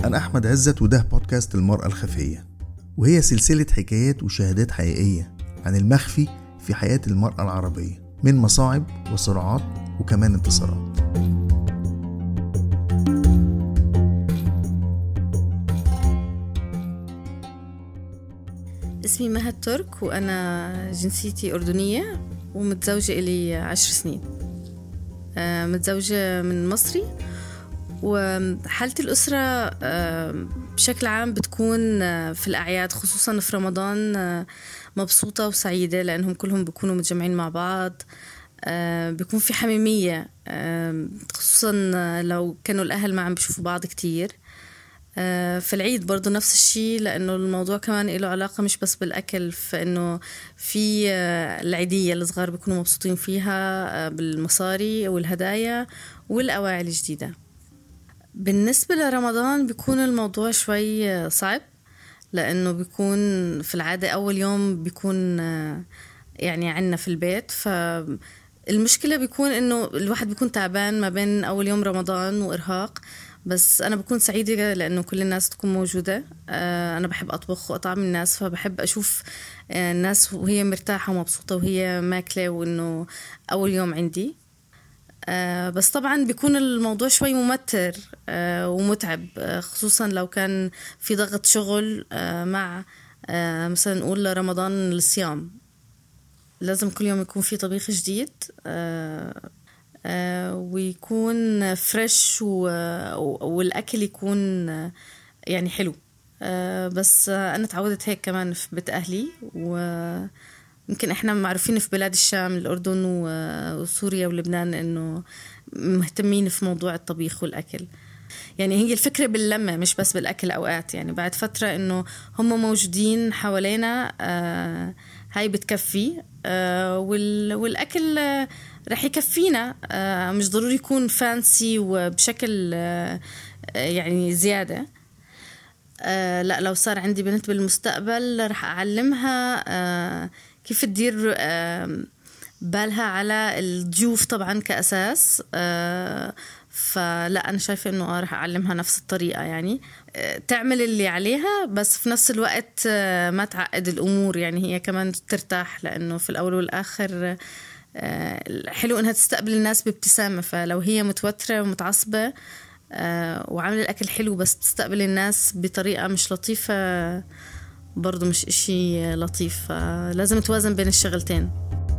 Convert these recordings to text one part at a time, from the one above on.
أنا أحمد عزت، وده بودكاست المرأة الخفية، وهي سلسلة حكايات وشهادات حقيقية عن المخفي في حياة المرأة العربية من مصاعب وصراعات وكمان انتصارات. اسمي مهد ترك، وأنا جنسيتي أردنية، ومتزوجة إلي 10 سنين. متزوجة من مصري. وحالة الأسرة بشكل عام بتكون في الأعياد، خصوصا في رمضان، مبسوطة وسعيدة لأنهم كلهم بيكونوا متجمعين مع بعض. بيكون في حميمية، خصوصا لو كانوا الأهل ما عم بيشوفوا بعض كتير. في العيد برضو نفس الشيء، لأنه الموضوع كمان له علاقة مش بس بالأكل، فإنه في العيدية الصغار بيكونوا مبسوطين فيها بالمصاري والهدايا والأواعي الجديدة. بالنسبة لرمضان بيكون الموضوع شوي صعب، لأنه بيكون في العادة أول يوم بيكون يعني عنا في البيت، فالمشكلة بيكون إنه الواحد بيكون تعبان ما بين أول يوم رمضان وإرهاق. بس أنا بكون سعيدة لأنه كل الناس تكون موجودة. أنا بحب أطبخ وأطعم الناس، فبحب أشوف الناس وهي مرتاحة ومبسوطة وهي ماكلة، وإنه أول يوم عندي. بس طبعا بيكون الموضوع شوي ممتر ومتعب، خصوصا لو كان في ضغط شغل مع مثلا نقول رمضان الصيام، لازم كل يوم يكون في طبيخ جديد ويكون فريش والأكل يكون يعني حلو. بس أنا تعودت هيك كمان في بيت أهلي، ويمكن إحنا معروفين في بلاد الشام، الأردن وسوريا ولبنان، إنه مهتمين في موضوع الطبيخ والأكل. يعني هي الفكرة باللمة مش بس بالأكل. أوقات يعني بعد فترة إنه هم موجودين حوالينا، هاي بتكفي، والأكل رح يكفينا. مش ضروري يكون فانسي وبشكل يعني زيادة. لا، لو صار عندي بنت بالمستقبل رح أعلمها كيف تدير بالها على الضيوف طبعا كأساس. فلا، أنا شايفة إنه رح أعلمها نفس الطريقة، يعني تعمل اللي عليها، بس في نفس الوقت ما تعقد الأمور، يعني هي كمان ترتاح، لأنه في الأول والآخر حلو إنها تستقبل الناس بابتسامة. فلو هي متوترة ومتعصبة وعامل الأكل حلو بس تستقبل الناس بطريقة مش لطيفة، برضو مش إشي لطيف. لازم توازن بين الشغلتين.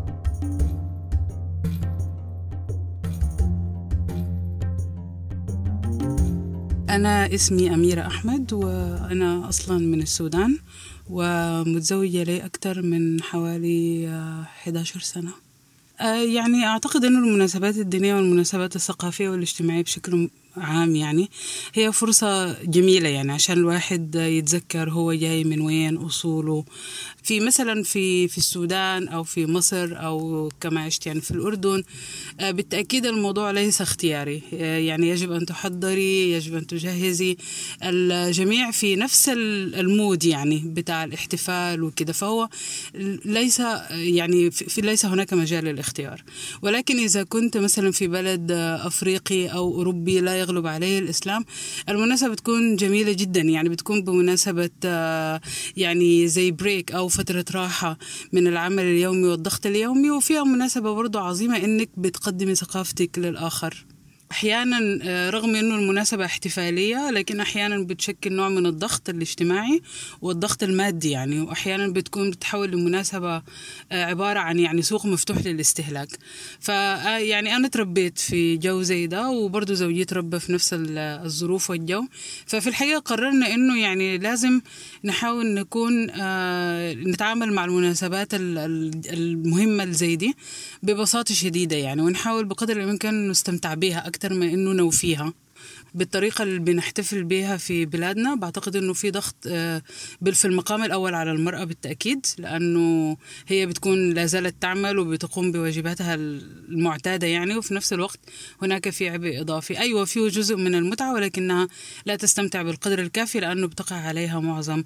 أنا اسمي أميرة أحمد، وأنا أصلا من السودان، ومتزوجة لي أكثر من حوالي 11 سنة. يعني أعتقد أن المناسبات الدينية والمناسبات الثقافية والاجتماعية بشكل عام يعني هي فرصة جميلة، يعني عشان الواحد يتذكر هو جاي من وين، أصوله. في مثلا في السودان أو في مصر أو كما عشت يعني في الأردن، بالتأكيد الموضوع ليس اختياري. يعني يجب أن تحضري، يجب أن تجهزي، الجميع في نفس المود يعني بتاع الاحتفال وكده. فهو ليس يعني ليس هناك مجال للاختيار. ولكن إذا كنت مثلا في بلد أفريقي أو أوروبي لا يغلب عليه الإسلام، المناسبة بتكون جميلة جدا. يعني بتكون بمناسبة يعني زي بريك أو فترة راحة من العمل اليومي والضغط اليومي، وفيها مناسبة برضو عظيمة إنك بتقدمي ثقافتك للآخر. أحيانا رغم أنه المناسبة احتفالية، لكن أحيانا بتشكل نوع من الضغط الاجتماعي والضغط المادي يعني. وأحيانا بتحول لمناسبة عبارة عن يعني سوق مفتوح للاستهلاك. فيعني أنا تربيت في جو زي ده، وبرضو زوجي تربى في نفس الظروف والجو. ففي الحقيقة قررنا أنه يعني لازم نحاول نكون نتعامل مع المناسبات المهمة زي دي ببساطة شديدة يعني، ونحاول بقدر الإمكان نستمتع بها أكتر من إنه نوفيها. بالطريقة اللي بنحتفل بها في بلادنا بعتقد أنه في ضغط في المقام الأول على المرأة بالتأكيد، لأنه هي بتكون لازالت تعمل وبتقوم بواجباتها المعتادة يعني. وفي نفس الوقت هناك في عبء إضافي. أيوة، فيه جزء من المتعة، ولكنها لا تستمتع بالقدر الكافي لأنه بتقع عليها معظم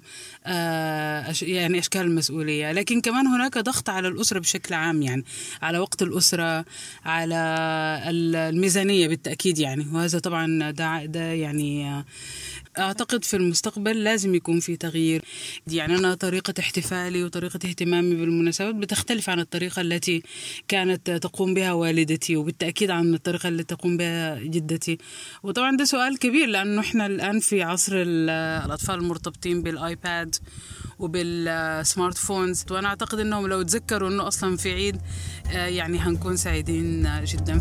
يعني أشكال المسؤولية. لكن كمان هناك ضغط على الأسرة بشكل عام، يعني على وقت الأسرة، على الميزانية بالتأكيد يعني. وهذا طبعا ده يعني أعتقد في المستقبل لازم يكون في تغيير. يعني أنا طريقة احتفالي وطريقة اهتمامي بالمناسبات بتختلف عن الطريقة التي كانت تقوم بها والدتي، وبالتأكيد عن الطريقة التي تقوم بها جدتي. وطبعا ده سؤال كبير، لأنه إحنا الآن في عصر الأطفال المرتبطين بالآيباد وبالسمارت فونز، وأنا أعتقد أنهم لو تذكروا أنه أصلا في عيد يعني هنكون سعيدين جدا.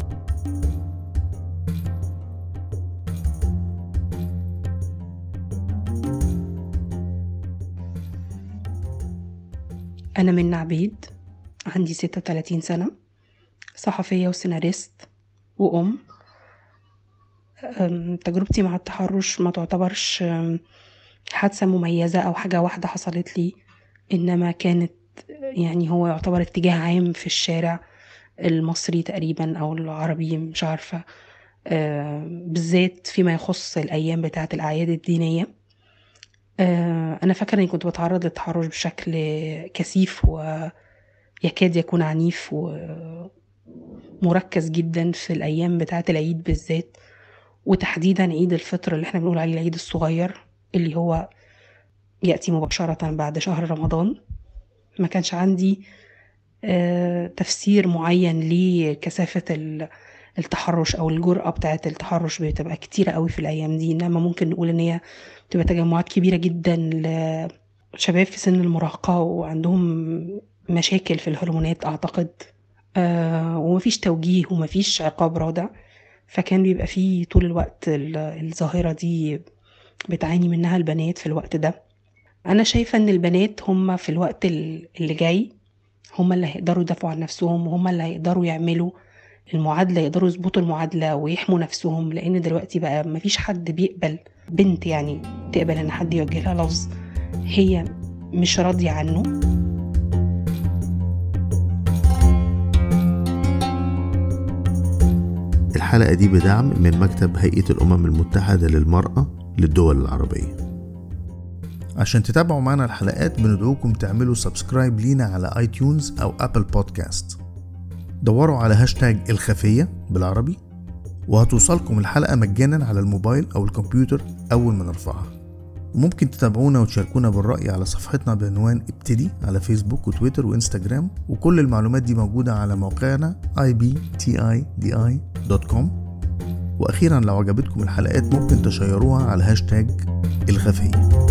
أنا من عبيد، عندي 36 سنة، صحفية وسيناريست وأم. تجربتي مع التحرش ما تعتبرش حادثة مميزة أو حاجة واحدة حصلت لي، إنما كانت يعني هو يعتبر اتجاه عام في الشارع المصري تقريبا أو العربي، مش عارفة، بالذات فيما يخص الأيام بتاعة الأعياد الدينية. أنا فاكرة أني كنت بتعرض للتحرش بشكل كثيف ويكاد يكون عنيف ومركز جدا في الأيام بتاعة العيد بالذات، وتحديدا عيد الفطر اللي احنا بنقول عليه العيد الصغير، اللي هو يأتي مباشرة بعد شهر رمضان. ما كانش عندي تفسير معين لكثافة التحرش أو الجرأة بتاعة التحرش بتبقى كتيرة قوي في الأيام دي، إنما ممكن نقول إن هي بتبقى تجمعات كبيرة جدا لشباب في سن المراهقة وعندهم مشاكل في الهرمونات أعتقد، ومفيش توجيه ومفيش عقاب رادع، فكان بيبقى فيه طول الوقت الظاهرة دي بتعاني منها البنات في الوقت ده. أنا شايفة إن البنات هم في الوقت اللي جاي هم اللي هيقدروا يدافعوا عن نفسهم، وهم اللي هيقدروا يعملوا المعادلة، يقدروا يظبطوا المعادلة ويحموا نفسهم، لأن دلوقتي بقى مفيش حد بيقبل، بنت يعني تقبل إن حد يوجه لها لفظ هي مش راضية عنه. الحلقة دي بدعم من مكتب هيئة الأمم المتحدة للمرأة للدول العربية. عشان تتابعوا معنا الحلقات بندعوكم تعملوا سبسكرايب لينا على iTunes أو أبل بودكاست. دوروا على هاشتاج الخفية بالعربي وهتوصلكم الحلقة مجانا على الموبايل أو الكمبيوتر أول ما نرفعها. وممكن تتابعونا وتشاركونا بالرأي على صفحتنا بعنوان ابتدي على فيسبوك وتويتر وإنستجرام، وكل المعلومات دي موجودة على موقعنا ibtidi.com. وأخيرا لو عجبتكم الحلقات ممكن تشيروها على هاشتاج الخفية.